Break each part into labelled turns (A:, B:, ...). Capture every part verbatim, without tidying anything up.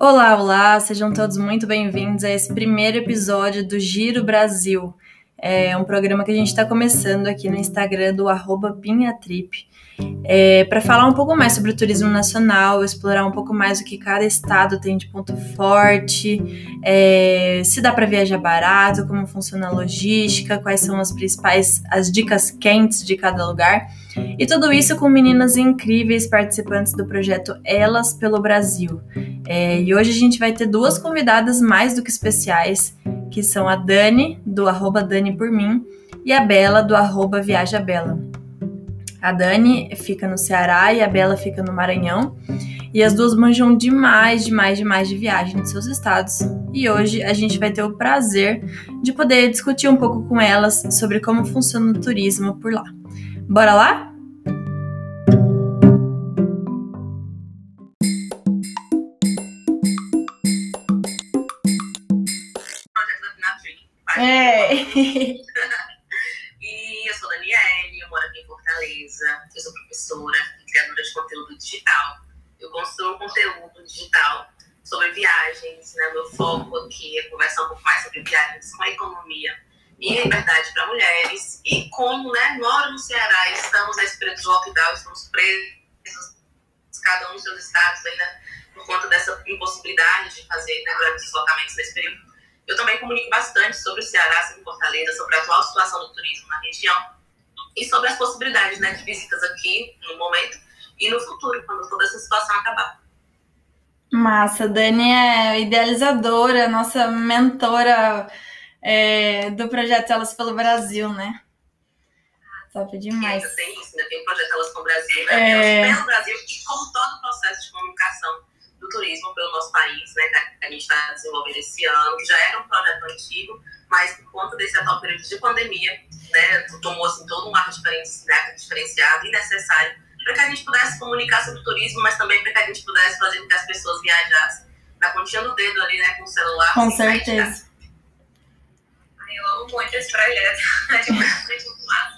A: Olá, olá, sejam todos muito bem-vindos a esse primeiro episódio do Giro Brasil. É um programa que a gente está começando aqui no Instagram do arroba Pinhatrip, é, para falar um pouco mais sobre o turismo nacional, explorar um pouco mais o que cada estado tem de ponto forte, é, se dá para viajar barato, como funciona a logística, quais são as principais, as dicas quentes de cada lugar. E tudo isso com meninas incríveis participantes do projeto Elas pelo Brasil. É, e hoje a gente vai ter duas convidadas mais do que especiais, que são a Dani, do arroba Dani por mim, e a Bela, do arroba Viaja Bela. A Dani fica no Ceará e a Bela fica no Maranhão. E as duas manjam demais, demais, demais de viagem de seus estados. E hoje a gente vai ter o prazer de poder discutir um pouco com elas sobre como funciona o turismo por lá. Bora lá? É.
B: E eu sou Daniele, eu moro aqui em Fortaleza, eu sou professora e criadora de conteúdo digital. Eu construo conteúdo digital sobre viagens, né? Meu foco aqui é conversar um pouco mais sobre viagens com a economia e a liberdade para mulheres. E como, né, moro no Ceará e estamos nesse período de lockdown, estamos presos, cada um dos seus estados ainda, por conta dessa impossibilidade de fazer, né, grandes deslocamentos nesse período. Eu também comunico bastante sobre o Ceará, sobre Fortaleza, sobre a atual situação do turismo na região e sobre as possibilidades, né, de visitas aqui no momento e no futuro, quando toda essa situação acabar.
A: Massa, Dani é idealizadora, nossa mentora é, do projeto Elas pelo Brasil, né? Top demais.
B: Ainda tem isso, né? Tem o projeto Elas com o Brasil, né? É... Elas pelo Brasil, e como todo o processo de comunicação do turismo pelo nosso país, né, que a gente está desenvolvendo esse ano, que já era um projeto antigo, mas por conta desse atual período de pandemia, né, tomou assim, todo um ar diferenciado e necessário para que a gente pudesse comunicar sobre o turismo, mas também para que a gente pudesse fazer com que as pessoas viajassem na pontinha do dedo ali, né, com o celular.
A: Com certeza.
C: Ai, eu amo muito esse projeto. Acho muito massa.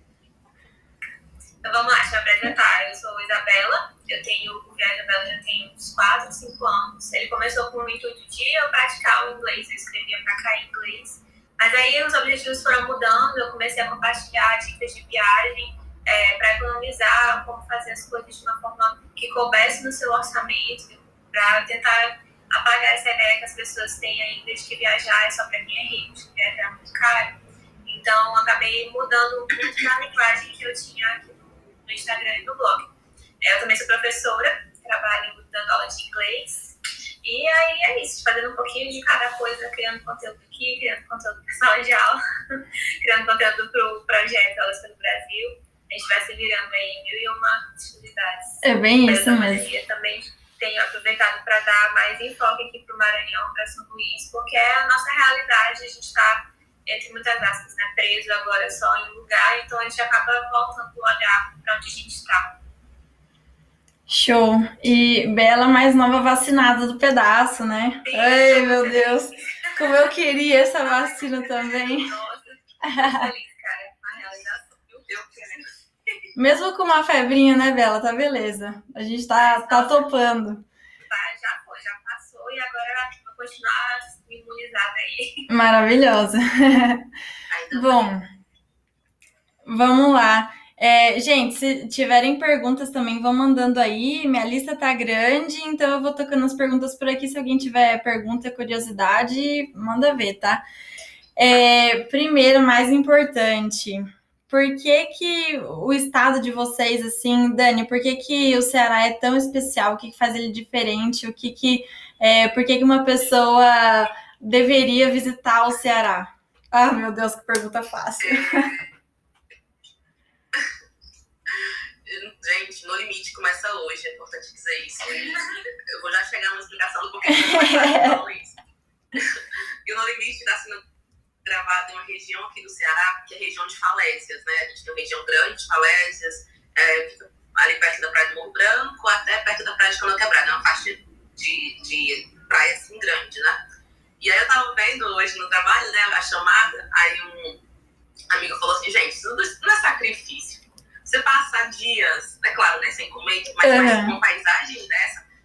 C: Então vamos lá, deixa eu apresentar. Eu sou Isabela, eu tenho o Viaja Bela já tem uns quatro, cinco anos. Ele começou com o intuito de eu praticar o inglês, eu escrevia pra cá em inglês. Mas aí os objetivos foram mudando, eu comecei a compartilhar dicas de viagem é, para economizar, como fazer as coisas de uma forma que coubesse no seu orçamento, para tentar apagar essa ideia que as pessoas têm ainda de que viajar é só para quem é rico, de que viajar é muito caro. Então, acabei mudando muito da linguagem que eu tinha aqui no Instagram e no blog. Eu também sou professora, trabalho dando aula de inglês. E aí é isso, fazendo um pouquinho de cada coisa, criando conteúdo aqui, criando conteúdo para sala de aula, criando conteúdo para o projeto Elas pelo Brasil. A gente vai se virando aí em mil e uma atividades.
A: É bem
C: Mas
A: isso mesmo.
C: Eu também tenho aproveitado para dar mais enfoque aqui para o Maranhão, para São Luís, porque é a nossa realidade, a gente está, entre muitas aspas, né, preso agora só em um lugar, então a gente acaba voltando o olhar para onde a gente está.
A: Show! E Bela mais nova vacinada do pedaço, né?
C: Sim,
A: ai, meu Deus! Como eu queria essa vacina também.
C: Nossa, tô feliz, cara. Uma realização. Eu quero.
A: Mesmo com uma febrinha, né, Bela? Tá beleza. A gente tá, tá topando.
C: Tá, já foi, já passou e agora vou continuar imunizada aí.
A: Maravilhosa. Bom, vamos lá. É, gente, se tiverem perguntas também, vão mandando aí. Minha lista tá grande, então eu vou tocando as perguntas por aqui. Se alguém tiver pergunta, curiosidade, manda ver, tá? É, primeiro, mais importante, por que que o estado de vocês, assim, Dani, por que que o Ceará é tão especial? O que que faz ele diferente? O que que, é, por que que uma pessoa deveria visitar o Ceará? Ah, meu Deus, que pergunta fácil.
B: Gente, No Limite começa hoje, é importante dizer isso. Eu vou já chegar numa explicação do porquê que eu falo isso. E o No Limite está sendo gravado em uma região aqui do Ceará, que é a região de falésias, né? A gente tem uma região grande de falésias, é, fica ali perto da praia de Morro Branco, até perto da praia de Canoa Quebrada, é uma faixa de, de praia assim grande, né? E aí eu tava vendo hoje no trabalho, né, a chamada, aí um amigo falou assim, gente, isso não é sacrifício. Você passar dias, é claro, né, sem comer, mas,
A: uhum.
B: mas com uma paisagem dessa,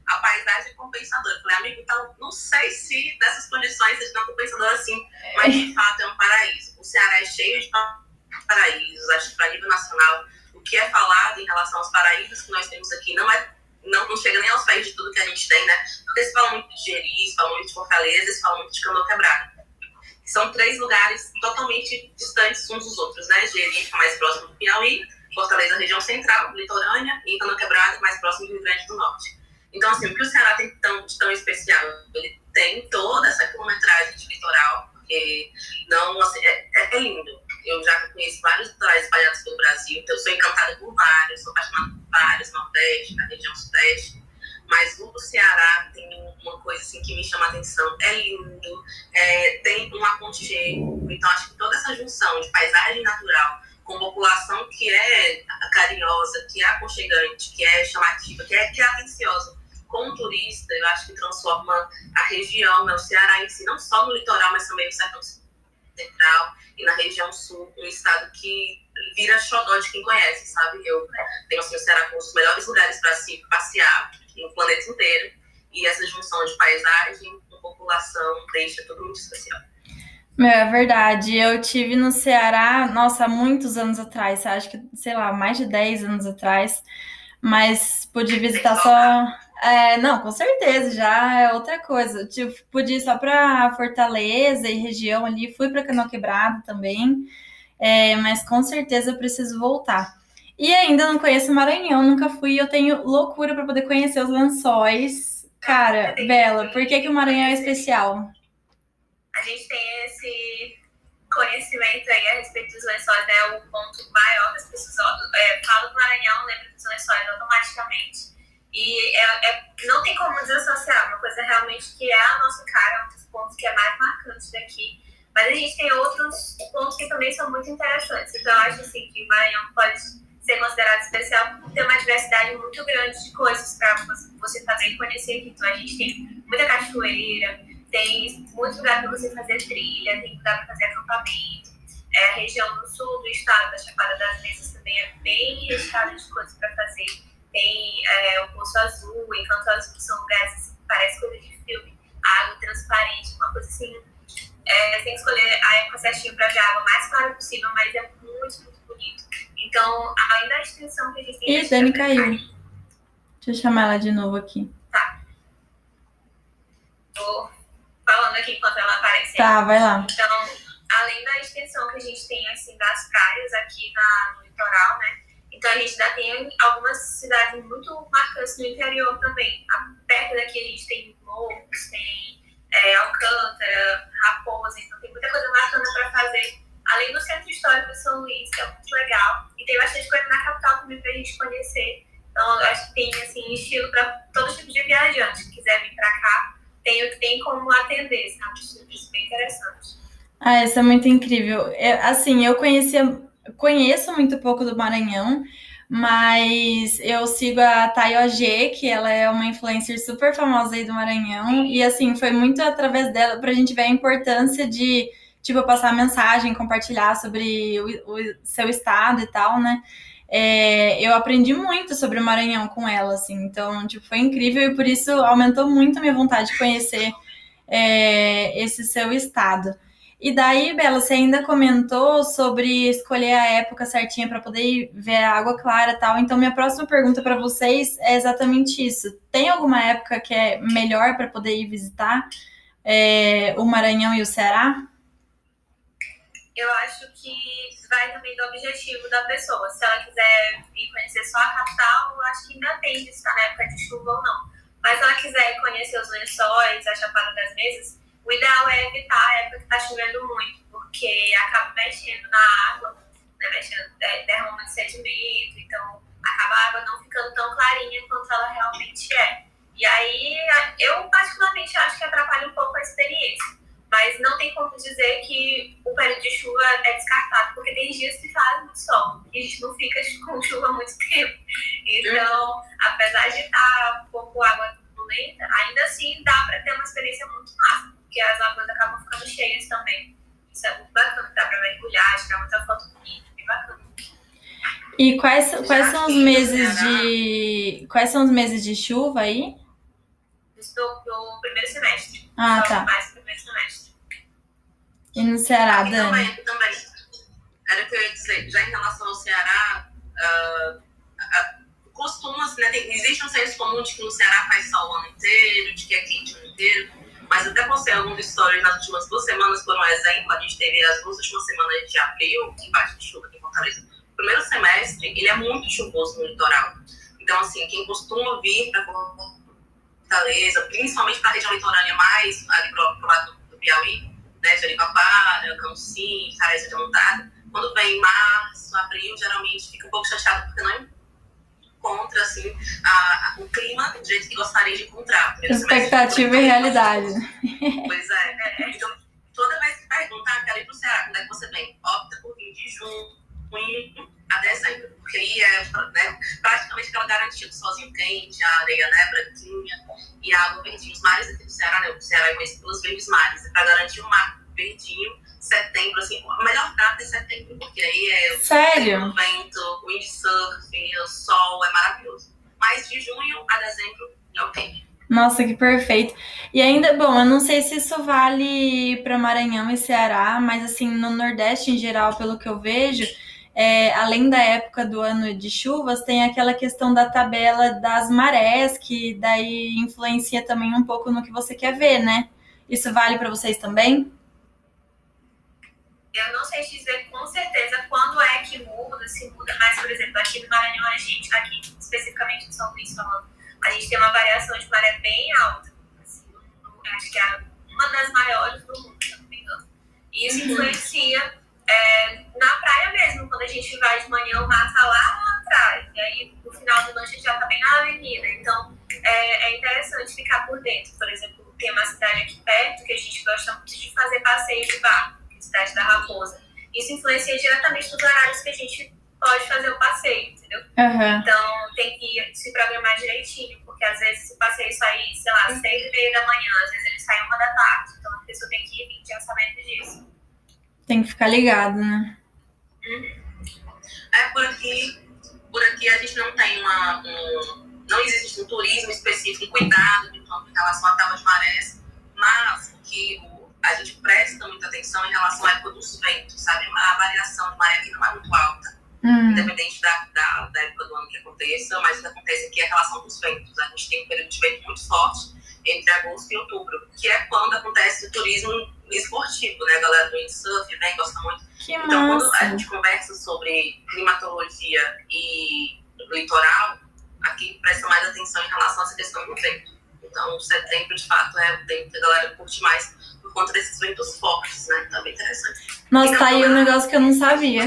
B: a paisagem é compensadora. Eu falei, amigo, então não sei se nessas condições seja tão compensador assim, mas de fato é um paraíso. O Ceará é cheio de paraísos, acho que para nível nacional, o que é falado em relação aos paraísos que nós temos aqui não é Não, não chega nem aos pés de tudo que a gente tem, né? Porque se fala muito de Jeri, se fala muito de Fortaleza, se fala muito de Canoa Quebrada. São três lugares totalmente distantes uns dos outros, né? Jeri fica mais próximo do Piauí, Fortaleza, região central, litorânea, e Canoa Quebrada, mais próximo do Rio Grande do Norte. Então, assim, o que o Ceará tem tão, de tão especial? Ele tem toda essa quilometragem de litoral, porque não, assim, é, é lindo. Eu já conheço vários litorais espalhados pelo Brasil, então eu sou encantada por vários, sou apaixonada por vários, Nordeste, na região Sudeste. Mas o Ceará tem uma coisa assim que me chama a atenção, é lindo, é, tem um aconchego. Então acho que toda essa junção de paisagem natural com população que é carinhosa, que é aconchegante, que é chamativa, que é, que é atenciosa com o turista, eu acho que transforma a região, né, o Ceará em si, não só no litoral, mas também no sertão central e na região sul, um estado que vira xodó de quem conhece, sabe? Eu tenho assim, o Ceará com os melhores lugares para se passear no planeta inteiro, e essa junção de paisagem com população deixa tudo muito especial.
A: Meu, é verdade. Eu tive no Ceará, nossa, há muitos anos atrás, acho que, sei lá, mais de dez anos atrás, mas pude visitar só... É, não, com certeza, já é outra coisa. Tipo, pude ir só para Fortaleza e região ali, fui para Canoa Quebrada também, é, mas com certeza eu preciso voltar. E ainda não conheço o Maranhão, nunca fui, eu tenho loucura para poder conhecer os lençóis. Cara, Bela, por que que o Maranhão é especial?
C: A gente tem esse conhecimento aí a respeito dos lençóis, né? O ponto maior que as pessoas é, falam do Maranhão, lembram dos lençóis automaticamente. E é, é, não tem como desassociar, uma coisa realmente que é a nossa cara, um dos pontos que é mais marcante daqui. Mas a gente tem outros pontos que também são muito interessantes. Então eu acho assim, que o Maranhão pode ser considerado especial por ter uma diversidade muito grande de coisas para você fazer e conhecer aqui. Então a gente tem muita cachoeira, tem muito lugar para você fazer trilha, tem lugar para fazer acampamento. É, a região do sul do estado, da Chapada das Mesas, também é bem recheada de coisas para fazer. Tem é, o Poço Azul, o Encanto Azul, que são lugares assim, que parece coisa de filme. A água transparente, uma coisa assim. É, tem que escolher a época certinha para ver a água mais clara possível, mas é muito, muito bonito. Então, além da extensão que a gente tem...
A: Ih, Dani caiu. Deixa eu chamar ela de novo aqui.
C: Tá. Vou falando aqui enquanto ela aparece.
A: Tá, vai lá.
C: Então, além da extensão que a gente tem, assim, das praias aqui na, no litoral, né? Então, a gente ainda tem algumas cidades muito marcantes no interior também. Perto daqui a gente tem Morros, tem é, Alcântara, Raposa. Então, tem muita coisa bacana para fazer. Além do Centro Histórico de São Luís, que é muito legal. E tem bastante coisa na capital também pra gente conhecer. Então, eu acho que tem, assim, estilo para todo tipo de viajante que quiser vir para cá. Tem, tem como atender, sabe? Isso é bem interessante.
A: Ah, isso é muito incrível. Eu, assim, eu conhecia, conheço muito pouco do Maranhão, mas eu sigo a Thay O G, que ela é uma influencer super famosa aí do Maranhão, e assim, foi muito através dela pra gente ver a importância de, tipo, passar mensagem, compartilhar sobre o, o seu estado e tal, né? É, eu aprendi muito sobre o Maranhão com ela, assim, então, tipo, foi incrível e por isso aumentou muito a minha vontade de conhecer é, esse seu estado. E daí, Bela, você ainda comentou sobre escolher a época certinha para poder ver a água clara e tal. Então, minha próxima pergunta para vocês é exatamente isso. Tem alguma época que é melhor para poder ir visitar é, o Maranhão e o Ceará?
C: Eu acho que vai também do objetivo da pessoa. Se ela quiser vir conhecer só a capital, eu acho que independe se está na época de chuva ou não. Mas se ela quiser conhecer os lençóis, a Chapada das Mesas, o ideal é evitar a época que está chovendo muito, porque acaba mexendo na água, né, mexendo, derramando sedimento, então acaba a água não ficando tão clarinha quanto ela realmente é. E aí, eu particularmente acho que atrapalha um pouco a experiência, mas não tem como dizer que o período de chuva é descartado, porque tem dias que faz muito sol, e a gente não fica com chuva há muito tempo. Então, apesar de estar um pouco água turbulenta, ainda assim dá para ter uma experiência muito massa, porque as águas acabam ficando cheias também. Isso é muito bacana, dá pra mergulhar, tirar muita foto bonita, bem bacana.
A: E quais, quais são os meses de. Quais são os meses de chuva aí?
C: Isso do, do primeiro semestre.
A: Ah,
C: Só
A: tá.
C: mais primeiro semestre.
A: E no Ceará,
B: Aqui
A: Dani?
B: também, aqui também. Era o que eu ia dizer. Já em relação ao Ceará, uh, uh, costuma-se, né? Tem, existe um senso comum de que no Ceará faz sol o ano inteiro, de que é quente o ano inteiro. Mas até postei algumas histórias nas últimas duas semanas, por um exemplo. A gente teve as duas últimas semanas de abril, embaixo de chuva aqui em Fortaleza. O primeiro semestre, ele é muito chuvoso no litoral. Então, assim, quem costuma vir para Fortaleza, principalmente para a região litorânea mais ali pro, pro lado do Piauí, né, Jericoacoara, Camusim, Caraíba de Montada, quando vem em março, abril, geralmente fica um pouco chateado porque não encontra, assim, a, a, o clima do jeito que gostaria de encontrar.
A: Expectativa e realidade.
B: Pois é. Então, toda vez que pergunta, ah, quero ir pro Ceará, quando é que você vem? Opta por vir de junho a dezembro, porque aí é, né, praticamente aquela garantia do solzinho quente, a areia, né, branquinha, e a água verdinha. Os mares aqui do Ceará, né, o Ceará é conhecido pelos verdes mares, e para garantir um mar verdinho, setembro, assim, a melhor data é setembro, porque aí é
A: Sério?
B: o vento, o windsurf, o sol, é maravilhoso. Mas de junho a dezembro é ok.
A: Nossa, que perfeito. E ainda, bom, eu não sei se isso vale para Maranhão e Ceará, mas assim, no Nordeste em geral, pelo que eu vejo, é, além da época do ano de chuvas, tem aquela questão da tabela das marés, que daí influencia também um pouco no que você quer ver, né? Isso vale para vocês também?
C: Eu não sei te dizer com certeza quando é que muda, se muda, mas, por exemplo, aqui no Maranhão, a gente, aqui especificamente em São Luís falando, a gente tem uma variação de maré bem alta. Assim, acho que é uma das maiores do mundo, se não me engano. E isso influencia é, na praia mesmo, quando a gente vai de manhã, o mar tá lá atrás. E aí, no final do noite, a gente já tá bem na avenida. Então, é, é interessante ficar por dentro. Por exemplo, tem uma cidade aqui perto que a gente gosta muito de fazer passeio de barco, que é a cidade da Raposa. Isso influencia diretamente nos horários que a gente pode fazer o passeio, entendeu?
A: Uhum.
C: Então, tem que se programar direitinho, porque às vezes o passeio sai, sei lá, seis e meia da manhã, às vezes ele sai uma da tarde. Então, a pessoa tem que ir já sabendo disso.
A: Tem que ficar ligado, né?
C: Uhum.
B: É, por aqui, por aqui a gente não tem uma... Um, não existe um turismo específico, um cuidado em relação à tábua de marés, mas o que o, a gente presta muita atenção em relação à época dos ventos, sabe? A variação de maré aqui não é muito alta. Hum. Independente da, da, da época do ano que aconteça, mas o que acontece aqui é a relação dos ventos. A gente tem um período de vento muito forte entre agosto e outubro, que é quando acontece o turismo esportivo, né? A galera do windsurf vem, gosta muito.
A: Que
B: então,
A: massa.
B: quando a gente conversa sobre climatologia e litoral, aqui presta mais atenção em relação a essa questão do vento. Então, setembro, de fato, é o tempo que a galera curte mais por conta desses ventos fortes, né? Então, é bem interessante.
A: Nossa,
B: então,
A: tá aí
B: um
A: negócio que eu não sabia.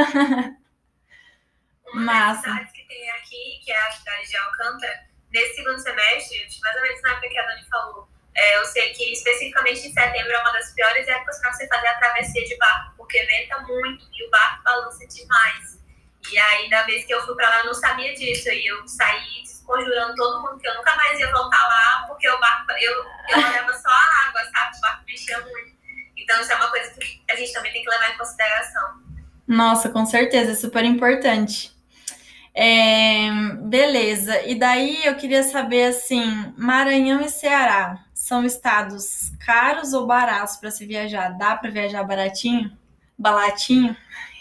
C: Uma
A: Massa.
C: das cidades que tem aqui, que é a cidade de Alcântara, nesse segundo semestre, mais ou menos na época que a Dani falou, é, eu sei que especificamente em setembro é uma das piores épocas para você fazer a travessia de barco, porque venta muito e o barco balança demais. E aí, da vez que eu fui para lá, eu não sabia disso. E eu saí desconjurando todo mundo que eu nunca mais ia voltar lá, porque o barco, eu, eu olhava só a água, sabe? O barco mexia muito. Então, isso é uma coisa que a gente também tem que levar em consideração.
A: Nossa, com certeza, é super importante. É, beleza, e daí eu queria saber assim, Maranhão e Ceará são estados caros ou baratos para se viajar? Dá para viajar baratinho? Baratinho?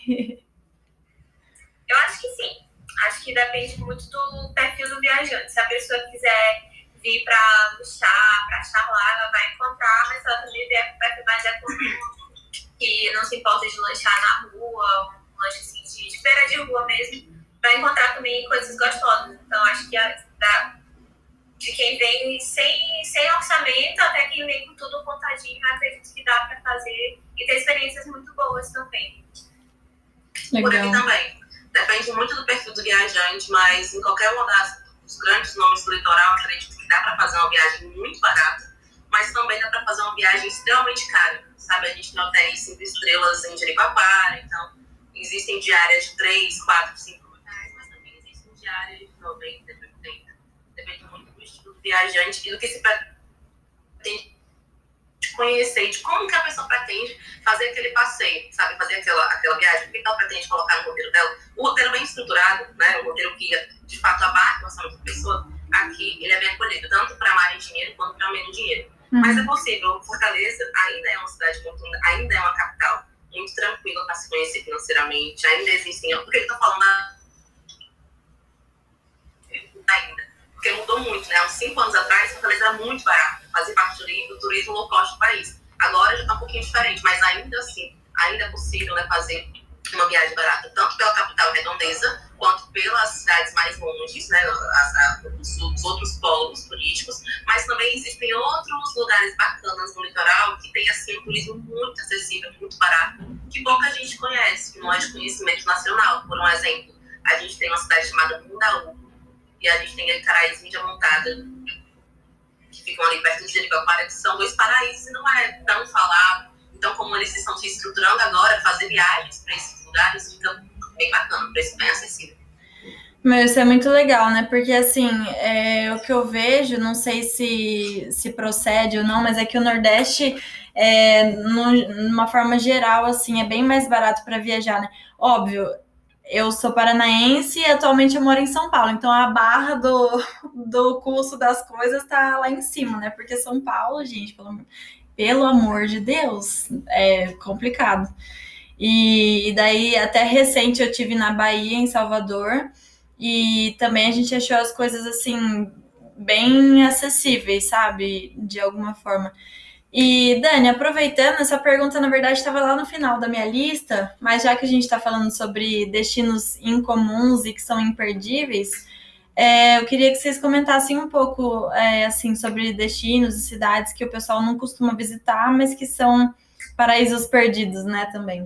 C: Eu acho que sim, acho que depende muito do perfil do viajante. Se a pessoa quiser vir para luxar, para achar lá, ela vai encontrar, mas se ela também vier para perfil mais econômico, que não se importa de lanchar na rua, um lanche assim, de, de feira de rua mesmo, vai encontrar também coisas gostosas. Então, acho que a, da, de quem vem sem, sem orçamento até quem vem com tudo contadinho, acredito que dá para fazer e ter experiências muito boas também.
B: Legal. Por aqui também. Depende muito do perfil do viajante, mas em qualquer um das, dos grandes nomes do litoral, acredito que dá para fazer uma viagem muito barata, mas também dá para fazer uma viagem extremamente cara. Sabe, a gente tem hotéis cinco estrelas em Jericoacoara, então existem diárias de três, quatro, cinco diárias de noventa, de oitenta. Depende muito do estilo do viajante e do que se pretende conhecer, de como que a pessoa pretende fazer aquele passeio, sabe? Fazer aquela, aquela viagem, o que ela pretende colocar no roteiro dela. O roteiro bem estruturado, né? O roteiro que, de fato, abarca o orçamento da pessoa, aqui ele é bem acolhido, tanto para mar e dinheiro quanto
A: Uhum.
B: Mas é possível. Fortaleza ainda é uma cidade, ainda é uma capital muito tranquila para se conhecer financeiramente. Ainda existem... Por que eu tô falando ainda? Porque mudou muito, né? Há uns cinco anos atrás, Fortaleza era muito barato. Fazia parte do turismo low cost do país. Agora já está um pouquinho diferente, mas ainda assim, ainda é possível, né, fazer uma viagem barata, tanto pela capital redondeza, quanto pelas cidades mais longes, né, as, as, os, os outros polos turísticos, mas também existem outros lugares bacanas no litoral que tem, assim, um turismo muito acessível, muito barato, que pouca gente conhece, que não é de conhecimento nacional. Por um exemplo, a gente tem uma cidade chamada Mundaú, e a gente tem ali Caraíba e Montada, que ficam ali perto de Jericoacoara, que são dois paraísos e não é tão falado. Então, como eles estão se estruturando agora, fazer viagens para esses lugares fica bem bacana, preço bem acessível.
A: Mas isso é muito legal, né? Porque, assim, é, o que eu vejo, não sei se, se procede ou não, mas é que o Nordeste, é, no, numa forma geral, assim, é bem mais barato para viajar, né? Óbvio, eu sou paranaense e atualmente eu moro em São Paulo, então a barra do, do custo das coisas tá lá em cima, né? Porque São Paulo, gente, pelo, pelo amor de Deus, é complicado. E, e daí, até recente, eu tive na Bahia, em Salvador, e também a gente achou as coisas, assim, bem acessíveis, sabe? De alguma forma. E, Dani, aproveitando, essa pergunta, na verdade, estava lá no final da minha lista, mas já que a gente está falando sobre destinos incomuns e que são imperdíveis, é, eu queria que vocês comentassem um pouco, é, assim, sobre destinos e cidades que o pessoal não costuma visitar, mas que são paraísos perdidos, né, também.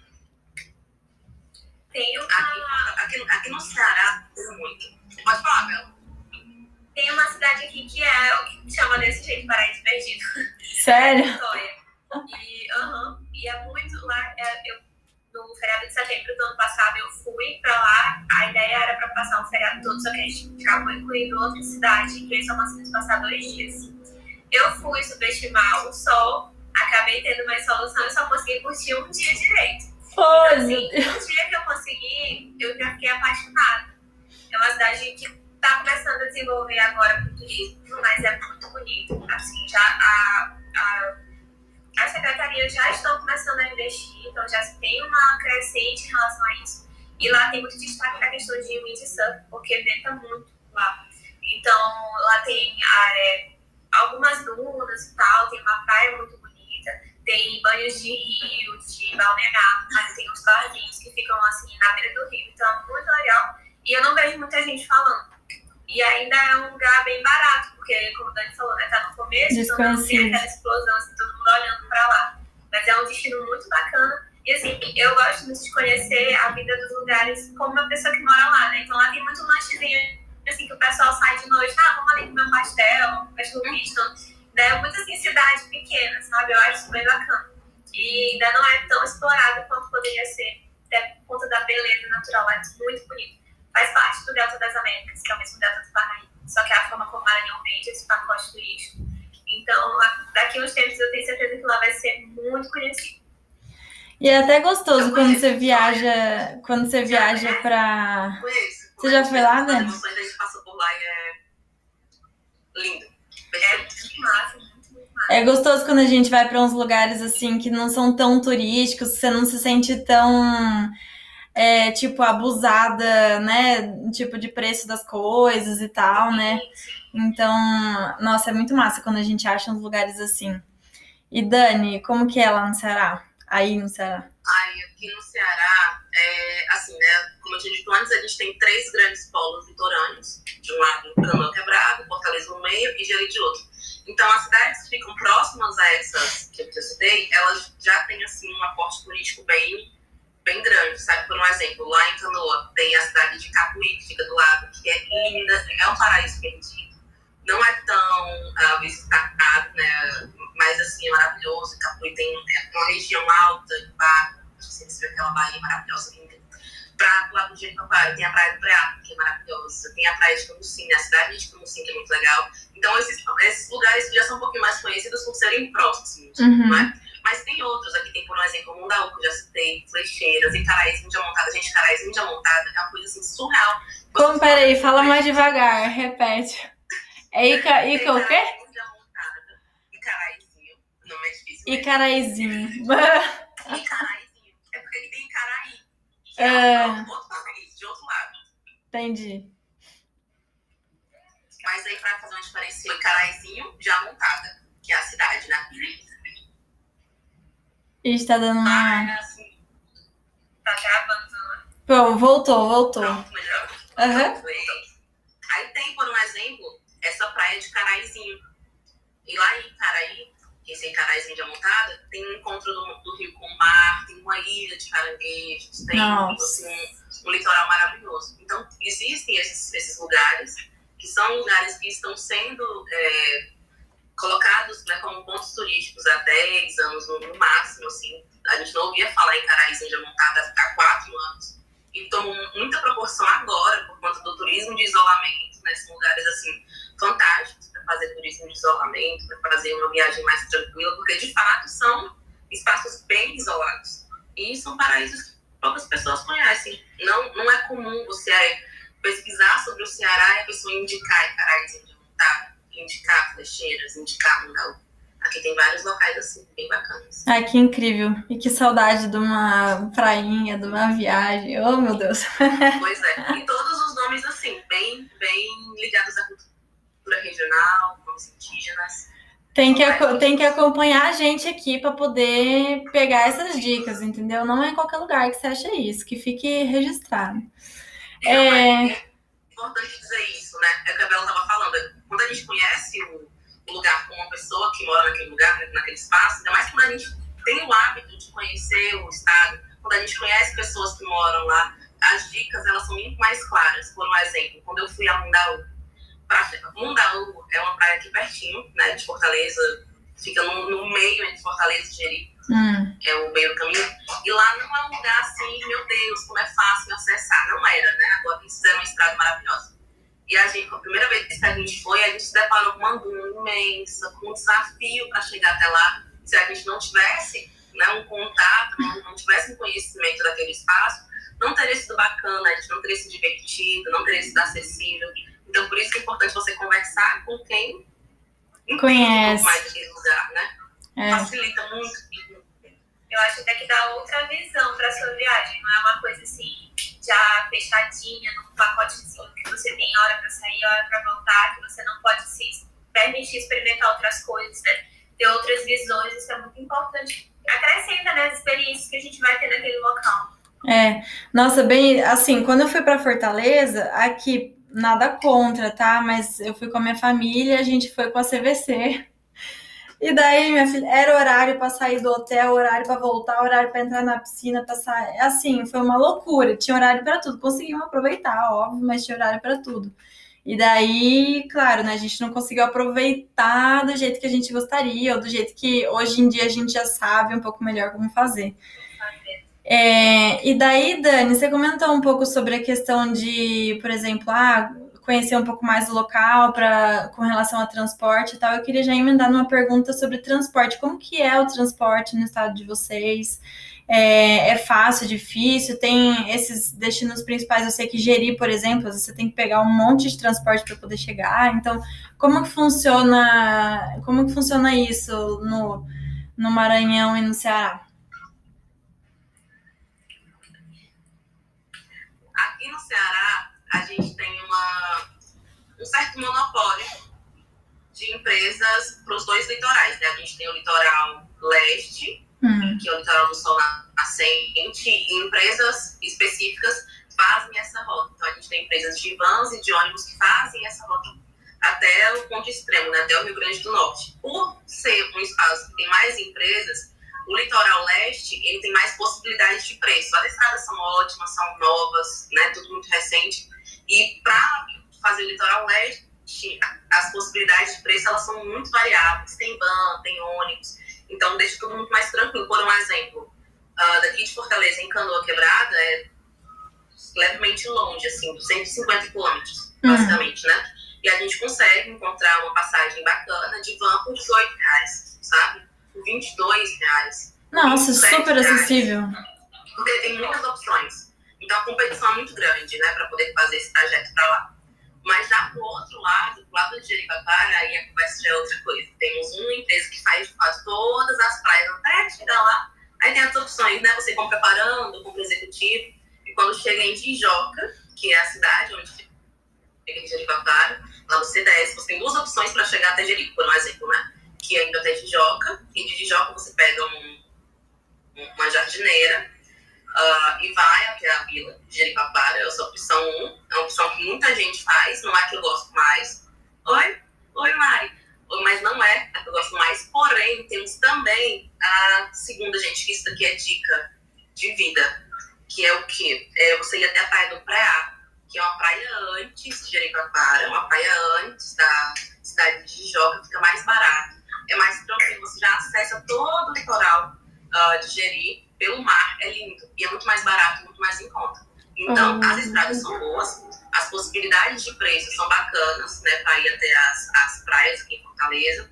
C: Tem uma...
B: aqui, aqui, aqui no Ceará tem muito. Pode falar, Bela.
C: Tem uma cidade aqui que é o que chama desse jeito, Paraíso Perdido.
A: Sério?
C: É Vitória. E, uh-huh, e é muito lá. É, eu, no feriado de setembro do ano passado, eu fui pra lá. A ideia era pra passar o feriado todo, só que a gente acabou incluindo outra cidade, que eles só conseguimos passar dois dias. Eu fui subestimar o sol, acabei tendo mais solução e só consegui curtir um dia direito.
A: Oh,
C: então, assim, no dia que eu consegui, eu já fiquei apaixonada. É uma cidade que tá começando a desenvolver agora com turismo, mas é muito bonito. Assim, já a, a, as secretarias já estão começando a investir, então já tem uma crescente em relação a isso. E lá tem muito destaque na questão de windsurf, porque venta muito lá. Então, lá tem é, algumas dunas e tal, tem uma praia muito bonita, tem banhos de rio, de balneário, mas tem uns barzinhos que ficam assim na beira do rio, então é muito legal. E eu não vejo muita gente falando. E ainda é um lugar bem barato, porque, como o Dani falou, né, tá no começo, então não tem aquela explosão, assim, todo mundo olhando pra lá. Mas é um destino muito bacana. E, assim, eu gosto muito de conhecer a vida dos lugares como uma pessoa que mora lá, né? Então, lá tem muito lanchezinho, assim, que o pessoal sai de noite, ah, vamos ali comer um pastel, um pastel misto. É muito, assim, cidade pequena, sabe? Eu acho isso bem bacana. E ainda não é tão explorado quanto poderia ser, até por conta da beleza natural. É muito bonito. Faz parte do Delta das Américas, que é o mesmo Delta do Paraíba. Só que é a forma como o Maranhão vende esse pacote turístico. Então, daqui a uns tempos, eu tenho certeza que lá vai ser muito conhecido.
A: E é até gostoso quando você viaja, quando você viaja pra...
B: Conheço.
A: Você já foi lá, Dani?
B: A gente passou por lá e é lindo.
C: É muito massa, muito, muito massa.
A: É gostoso quando a gente vai pra uns lugares assim que não são tão turísticos, você não se sente tão... É, tipo, abusada, né, tipo, de preço das coisas e tal, né, então, nossa, é muito massa quando a gente acha uns lugares assim. E Dani, como que é lá no Ceará? Aí no Ceará?
B: Aí, aqui no Ceará, é, assim, né, como eu tinha dito antes, a gente tem três grandes polos litorâneos, de um lado, Canoa Quebrada, Fortaleza no meio e Jeri de outro. Então, as cidades que ficam próximas a essas que eu citei, elas já têm, assim, um aporte turístico bem bem grande, sabe? Por um exemplo, lá em Canoa tem a cidade de Capuí, que fica do lado, que é linda, é um paraíso perdido. Não é tão uh, visitado, né? Mas assim, é maravilhoso. Capuí tem uma região alta de barro, não sei se você vê aquela baía maravilhosa, linda. Pra lá do Jericoacoara tem a praia do Preá, que é maravilhosa. Tem a praia de Camusim, a cidade de Camusim, que é muito legal. Então, esses, esses lugares já são um pouquinho mais conhecidos por serem próximos,
A: uhum.
B: Não é? Mas tem outros, aqui tem, por exemplo, Mundaú, que eu já citei, Flecheiras, e Caraíba de Montada. Gente, Caraíba de Montada é uma coisa assim surreal.
A: Como, peraí, fala mais devagar, repete. É Ica, Ica o quê?
B: Caraíba isso.
A: E Caraizinho.
B: E Caraizinho. É porque ele tem Caraí. Que é, é... outro país, de outro lado.
A: Entendi.
B: Mas aí, pra fazer uma diferença, foi Caraizinho já montada, que é a cidade, né?
A: E está dando uma...
C: Ah, assim, tá travando, né?
A: Pô, voltou, voltou.
B: Pronto, melhor.
A: Uhum.
B: Aí tem, por um exemplo, essa praia de Caraizinho. E lá em Caraí, esse em Caraizinho já montada, tem um encontro do, do rio com o mar, tem uma ilha de caranguejos, tem assim, um, um litoral maravilhoso. Então, existem esses, esses lugares, que são lugares que estão sendo é, colocados, né, como pontos turísticos há dez anos no, no máximo. Assim. A gente não ouvia falar em Caraizinho já montada há quatro anos. E tomou muita proporção agora, por conta do turismo de isolamento, né? São lugares, assim, fantásticos para fazer turismo de isolamento, para fazer uma viagem mais tranquila, porque, de fato, são espaços bem isolados. E são paraísos que poucas pessoas conhecem. Não, não é comum você pesquisar sobre o Ceará e a pessoa indicar Caraizinho de montada, indicar Flecheiras, indicar Mundaú. Aqui tem vários locais assim, bem bacanas.
A: Ai, que incrível. E que saudade de uma prainha, de uma viagem. Oh, meu Deus.
B: Pois é. E todos os nomes, assim, bem, bem ligados à cultura regional, nomes indígenas.
A: Tem que, tem que acompanhar a gente aqui para poder pegar essas dicas, entendeu? Não é em qualquer lugar que você acha isso, que fique registrado.
B: É, é... é importante dizer isso, né? É o que a Bela estava falando. Quando a gente conhece o lugar com uma pessoa que mora naquele lugar, naquele espaço, ainda mais quando a gente tem o hábito de conhecer o estado, quando a gente conhece pessoas que moram lá, as dicas, elas são muito mais claras. Por um exemplo, quando eu fui a Mundaú, pra... Mundaú é uma praia aqui pertinho, né, de Fortaleza, fica no, no meio entre Fortaleza e Jeri, hum. é o meio do caminho, e lá não é um lugar assim, meu Deus, como é fácil acessar, não era, né, agora eles fizeram uma estrada maravilhosa. E a gente, a primeira vez que a gente foi, a gente se deparou com uma duna imensa, com um desafio para chegar até lá. Se a gente não tivesse, né, um contato, não, não tivesse um conhecimento daquele espaço, não teria sido bacana, a gente não teria se divertido, não teria sido acessível. Então, por isso que é importante você conversar com quem
A: conhece
B: um pouco mais daquele lugar, né?
A: É.
B: Facilita muito.
C: Eu acho até que dá outra visão para sua viagem, não é uma coisa assim, já fechadinha, num pacotezinho que você tem hora para sair, hora para voltar, que você não pode se permitir experimentar outras coisas, né? Ter outras visões, isso é muito importante. Acrescenta, né, as experiências que a gente vai ter naquele local.
A: É, nossa, bem, assim, quando eu fui para Fortaleza, aqui, nada contra, tá? Mas eu fui com a minha família, a gente foi com a C V C. E daí, minha filha, era horário para sair do hotel, horário para voltar, horário para entrar na piscina, para sair. Assim, foi uma loucura. Tinha horário para tudo. Conseguimos aproveitar, óbvio, mas tinha horário para tudo. E daí, claro, né, a gente não conseguiu aproveitar do jeito que a gente gostaria, ou do jeito que hoje em dia a gente já sabe um pouco melhor como fazer. É, e daí, Dani, você comentou um pouco sobre a questão de, por exemplo, ah, conhecer um pouco mais o local pra, com relação a transporte e tal. Eu queria já emendar numa pergunta sobre transporte. Como que é o transporte no estado de vocês? É, é fácil, difícil? Tem esses destinos principais, eu sei que Jeri, por exemplo, você tem que pegar um monte de transporte para poder chegar. Então, como que funciona, como que funciona isso no, no Maranhão e no Ceará?
B: Aqui no Ceará, a gente tem uma, um certo monopólio de empresas para os dois litorais, né? A gente tem o litoral leste, uhum. que é o litoral do sol nascente, e empresas específicas fazem essa rota. Então, a gente tem empresas de vans e de ônibus que fazem essa rota até o ponto extremo, né? Até o Rio Grande do Norte. Por ser um espaço que tem mais empresas, o litoral leste, ele tem mais possibilidades de preço. As estradas são ótimas, são novas, né? Tudo muito recente. E para fazer o litoral leste, as possibilidades de preço, elas são muito variáveis. Tem van, tem ônibus. Então, deixa tudo muito mais tranquilo. Por um exemplo, uh, daqui de Fortaleza, em Canoa Quebrada, é levemente longe, assim, duzentos e cinquenta quilômetros, uhum. basicamente, né? E a gente consegue encontrar uma passagem bacana de van por dezoito reais, sabe? Por vinte e dois reais.
A: Nossa, super reais, acessível.
B: Porque tem muitas opções. Então, a competição é muito grande, né? Para poder fazer esse trajeto para lá. Mas já pro outro lado, pro lado de Jericoacoara, aí a conversa já é outra coisa. Temos uma empresa que faz de fato todas as praias até chegar lá. Aí tem as opções, né? Você compra parando, compra executivo. E quando chega em Tijoca, que é a cidade onde fica em Jericoacoara, lá você desce. Você tem duas opções para chegar até Jerico, por um exemplo, né? Que é indo até Tijoca. E de Tijoca você pega um, uma jardineira. Uh, e vai até a vila de Jericoacoara, essa é a opção um, é uma opção que muita gente faz, não é que eu gosto mais. Oi? Oi, Mari. Oi, mas não é a que eu gosto mais, porém, temos também a segunda, gente, que isso daqui é dica de vida, que é o quê? É você ir até a praia do Preá, que é uma praia antes de Jericoacoara, uma praia antes da cidade de Tijoca, fica mais barato, é mais tranquilo, você já acessa todo o litoral uh, de Jeri, pelo mar, é lindo. E é muito mais barato, muito mais em conta. Então, uhum. As estradas são boas, as possibilidades de preço são bacanas, né, para ir até as, as praias aqui em Fortaleza.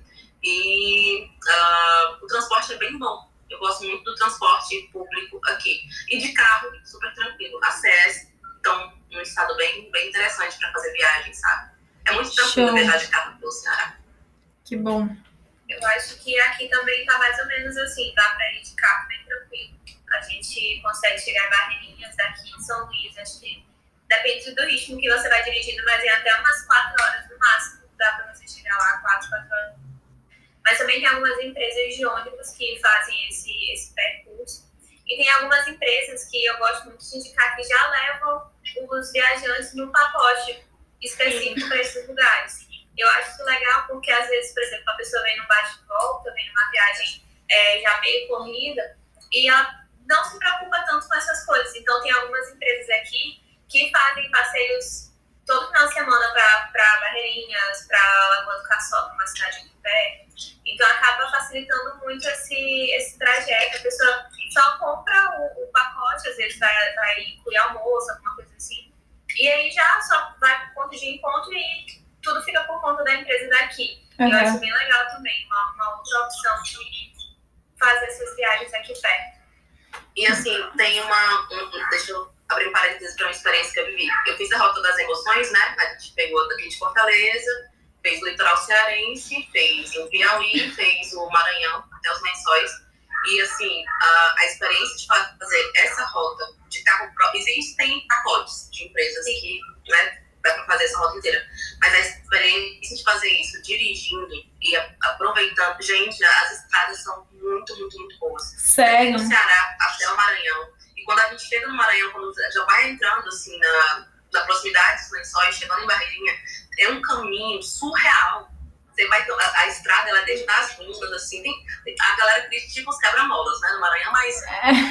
B: E uh, o transporte é bem bom. Eu gosto muito do transporte público aqui. E de carro, super tranquilo. A C S estão num estado bem, bem interessante para fazer viagem, sabe? É muito tranquilo Show. Viajar de carro pelo Ceará.
A: Que bom.
C: Eu acho que aqui também tá mais ou menos assim, dá pra ir de carro bem tranquilo. A gente consegue chegar em Barreirinhas daqui em São Luís, acho que depende do ritmo que você vai dirigindo, mas em até umas quatro horas no máximo, dá pra você chegar lá, quatro, quatro horas. Mas também tem algumas empresas de ônibus que fazem esse, esse percurso. E tem algumas empresas que eu gosto muito de indicar que já levam os viajantes no pacote específico para esses lugares. Eu acho isso legal porque, às vezes, por exemplo, a pessoa vem num bate-volta, vem numa viagem é, já meio corrida, e ela não se preocupa tanto com essas coisas. Então, tem algumas empresas aqui que fazem passeios todo final de semana para Barreirinhas, para Lagoa do Caçoca, uma cidade aqui perto. Então, acaba facilitando muito esse, esse trajeto. A pessoa só compra o, o pacote, às vezes vai, vai incluir almoço, alguma coisa assim. E aí já só vai por ponto de encontro e tudo fica por conta da empresa daqui. Uhum. Eu acho bem legal também, uma, uma outra opção de fazer essas viagens aqui perto.
B: E assim, tem uma... Um, deixa eu abrir um parênteses para uma experiência que eu vivi. Eu fiz a Rota das Emoções, né? A gente pegou daqui de Fortaleza, fez o litoral cearense, fez o Piauí, fez o Maranhão, até os Lençóis. E assim, a, a experiência de fazer essa rota de carro próprio... Existem pacotes de empresas que, né, dá para fazer essa rota inteira. Mas a experiência de fazer isso dirigindo e aproveitando... Gente, as estradas são muito, muito, muito boas.
A: Sério?
B: Do Ceará até o Maranhão. E quando a gente chega no Maranhão, quando já vai entrando assim na, na proximidade dos Lençóis, chegando em Barreirinha, é um caminho surreal. Você vai, a, a estrada, ela é desde as dunas, assim, tem, a galera critica os quebra-molas, né, no Maranhão, mas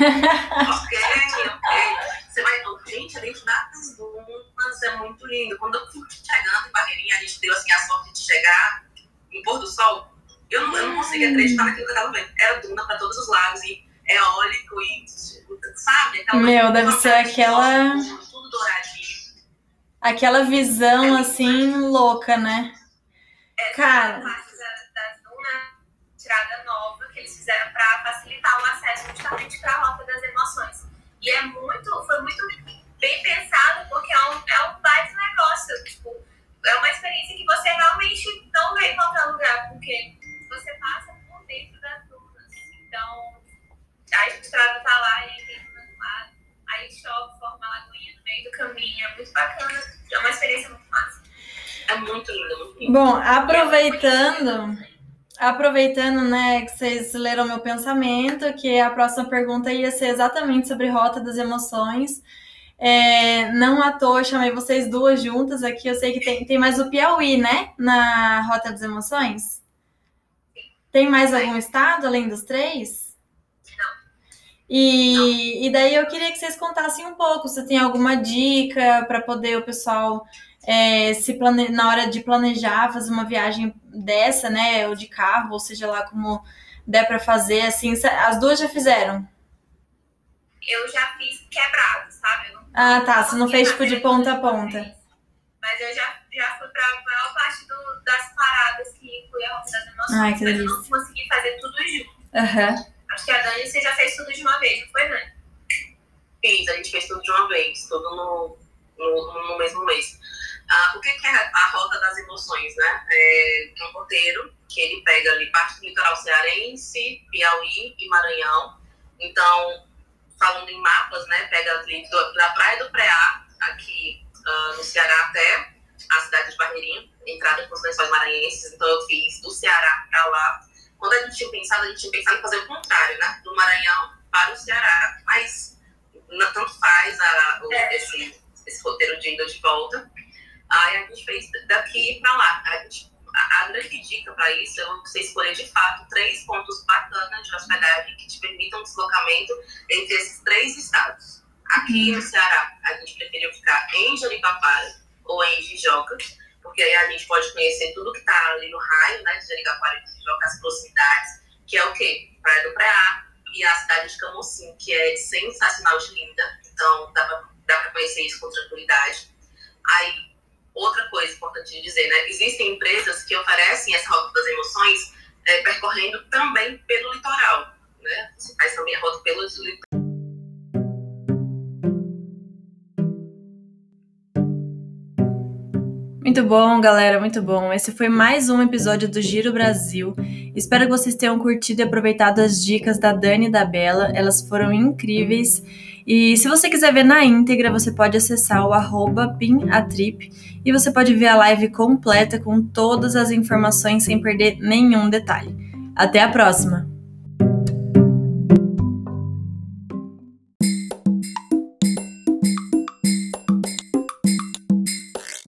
B: ok, ok. Você vai, gente, é dentro das dunas, é muito lindo. Quando eu fui chegando em Barreirinha, a gente deu assim a sorte de chegar em pôr do sol. Eu não, eu não conseguia acreditar naquilo que eu tava vendo. Era duna para todos os lados, e eólico, e sabe? Aquela
A: Meu, deve ser aquela...
B: Tudo douradinho.
A: Aquela visão, assim, louca, né?
C: Essa
A: Cara...
C: parte das, das dunas, tirada nova, que eles fizeram para facilitar o acesso justamente para a Rota das Emoções. E é muito, foi muito bem pensado, porque é um, é um baita negócio. Tipo, é uma experiência que você realmente não vê em qualquer lugar, porque você passa por dentro das dunas. Então, a estrada tá lá e aí tem duna do lado, aí chove, forma uma lagoinha no meio do caminho. É muito bacana, é uma experiência muito massa.
B: É muito lindo, muito lindo.
A: Bom, aproveitando, aproveitando, né, que vocês leram meu pensamento, que a próxima pergunta ia ser exatamente sobre Rota das Emoções. É, não à toa, chamei vocês duas juntas aqui. Eu sei que tem, tem mais o Piauí, né, na Rota das Emoções? Tem mais algum estado além dos três? E, e daí eu queria que vocês contassem um pouco, se tem alguma dica para poder o pessoal... É, se plane... na hora de planejar fazer uma viagem dessa, né, ou de carro, ou seja lá como der para fazer, assim, as duas já fizeram?
C: Eu já fiz quebrado, sabe? Eu não...
A: Ah, tá, você não fez tipo de ponta a ponta.
C: Mas eu já, já fui para a maior parte do, das paradas que inclui a Rota das Emoções.
A: Ai, que
C: mas eu não consegui fazer tudo junto.
A: Uhum.
C: Acho que a Dani, você já fez tudo de uma vez, não foi, Dani?
B: Fiz, a gente fez tudo de uma vez, tudo no, no, no mesmo mês. Ah, o que, que é a Rota das Emoções, né? É um roteiro que ele pega ali parte do litoral cearense, Piauí e Maranhão. Então, falando em mapas, né? Pega ali do, da Praia do Preá, aqui uh, no Ceará, até a cidade de Barreirinha, entrada com os Lençóis Maranhenses. Então, eu fiz do Ceará para lá. Quando a gente tinha pensado, a gente tinha pensado em fazer o contrário, né? Do Maranhão para o Ceará. Mas não, tanto faz a, o, esse, esse roteiro de ida de volta. Aí a gente fez daqui para lá. A, gente, a, a grande dica para isso é você escolher de fato três pontos bacanas de hospedagem que te permitam deslocamento entre esses três estados. Aqui no Ceará, a gente preferiu ficar em Jericoacoara ou em Jijoca, porque aí a gente pode conhecer tudo que está ali no raio, né, de Jericoacoara e Jijoca, as proximidades, que é o quê? Praia do Preá e a cidade de Camocim, que é sensacional de linda. Então, dá para conhecer isso com tranquilidade. Aí, outra coisa importante de dizer, né? Existem empresas que oferecem essa Rota das Emoções é, percorrendo também pelo litoral, né? Você faz também a rota pelo litoral.
A: Muito bom, galera, muito bom. Esse foi mais um episódio do Giro Brasil. Espero que vocês tenham curtido e aproveitado as dicas da Dani e da Bela. Elas foram incríveis. E se você quiser ver na íntegra, você pode acessar o arroba pinatrip e você pode ver a live completa com todas as informações sem perder nenhum detalhe. Até a próxima!